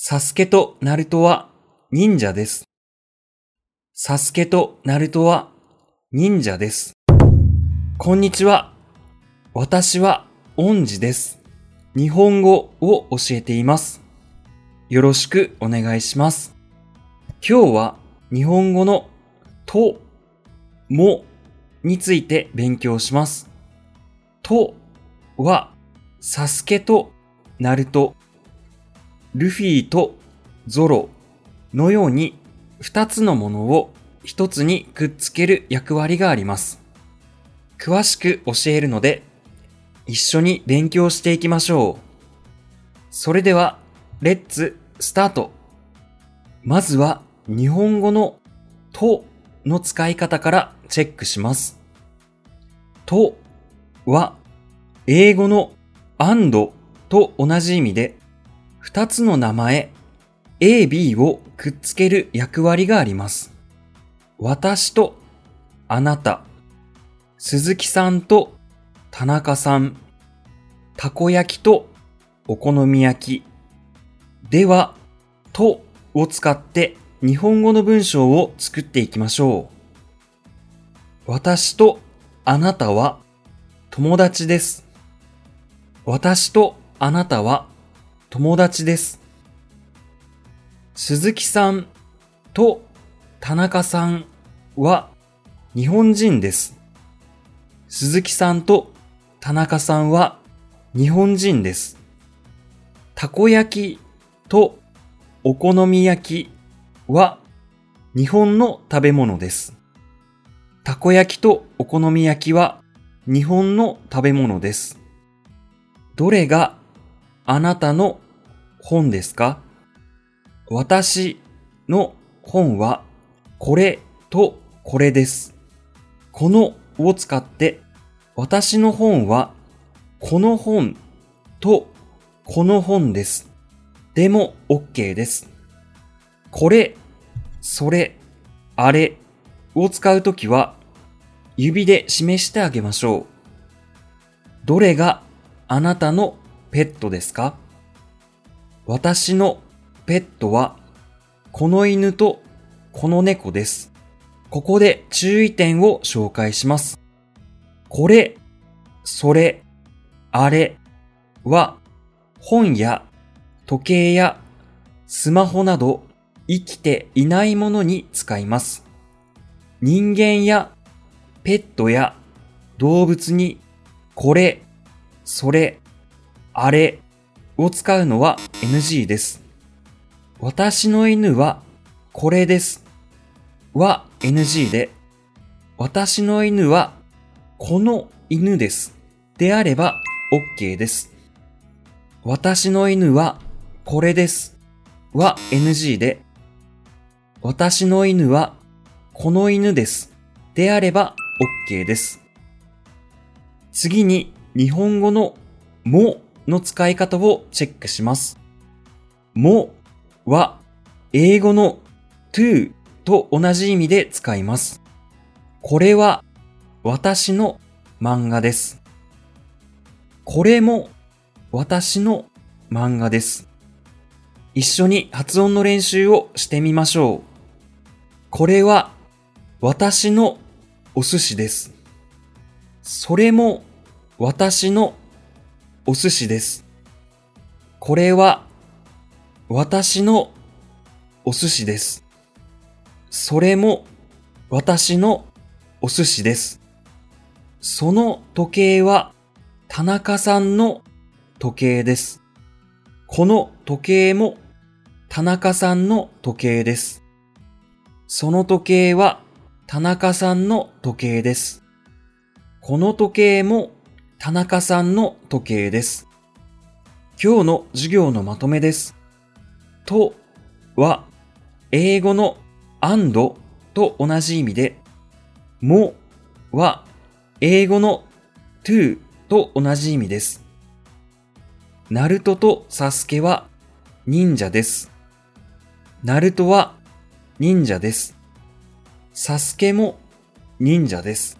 サスケとナルトは忍者です。サスケとナルトは忍者です。こんにちは。私は恩師です。日本語を教えています。よろしくお願いします。今日は日本語のと、もについて勉強します。とはサスケとナルト、ルフィとゾロのように2つのものを1つにくっつける役割があります。詳しく教えるので一緒に勉強していきましょう。それではレッツスタート。まずは日本語のとの使い方からチェックします。とは英語のandと同じ意味で2つの名前 A、B をくっつける役割があります。私とあなた、鈴木さんと田中さん、たこ焼きとお好み焼き。では、とを使って日本語の文章を作っていきましょう。私とあなたは友達です。私とあなたは友達です。鈴木さんと田中さんは日本人です。鈴木さんと田中さんは日本人です。たこ焼きとお好み焼きは日本の食べ物です。たこ焼きとお好み焼きは日本の食べ物です。どれがあなたの本ですか？私の本はこれとこれです。このを使って私の本はこの本とこの本です。でも OK です。これ、それ、あれを使うときは指で示してあげましょう。どれがあなたのペットですか？私のペットはこの犬とこの猫です。ここで注意点を紹介します。これ、それ、あれは本や時計やスマホなど生きていないものに使います。人間やペットや動物にこれ、それ、あれを使うのは NG です。私の犬はこれですは NG で、私の犬はこの犬ですであれば OK です。私の犬はこれですは NG で、私の犬はこの犬ですであれば OK です。次に日本語のもの使い方をチェックします。もは英語の to と同じ意味で使います。これは私の漫画です。これも私の漫画です。一緒に発音の練習をしてみましょう。これは私のお寿司です。それも私のお寿司です。これは私のお寿司です。それも私のお寿司です。その時計は田中さんの時計です。この時計も田中さんの時計です。その時計は田中さんの時計です。この時計も田中さんの時計です。今日の授業のまとめです。とは英語のandと同じ意味で、もは英語の to と同じ意味です。ナルトとサスケは忍者です。ナルトは忍者です。サスケも忍者です。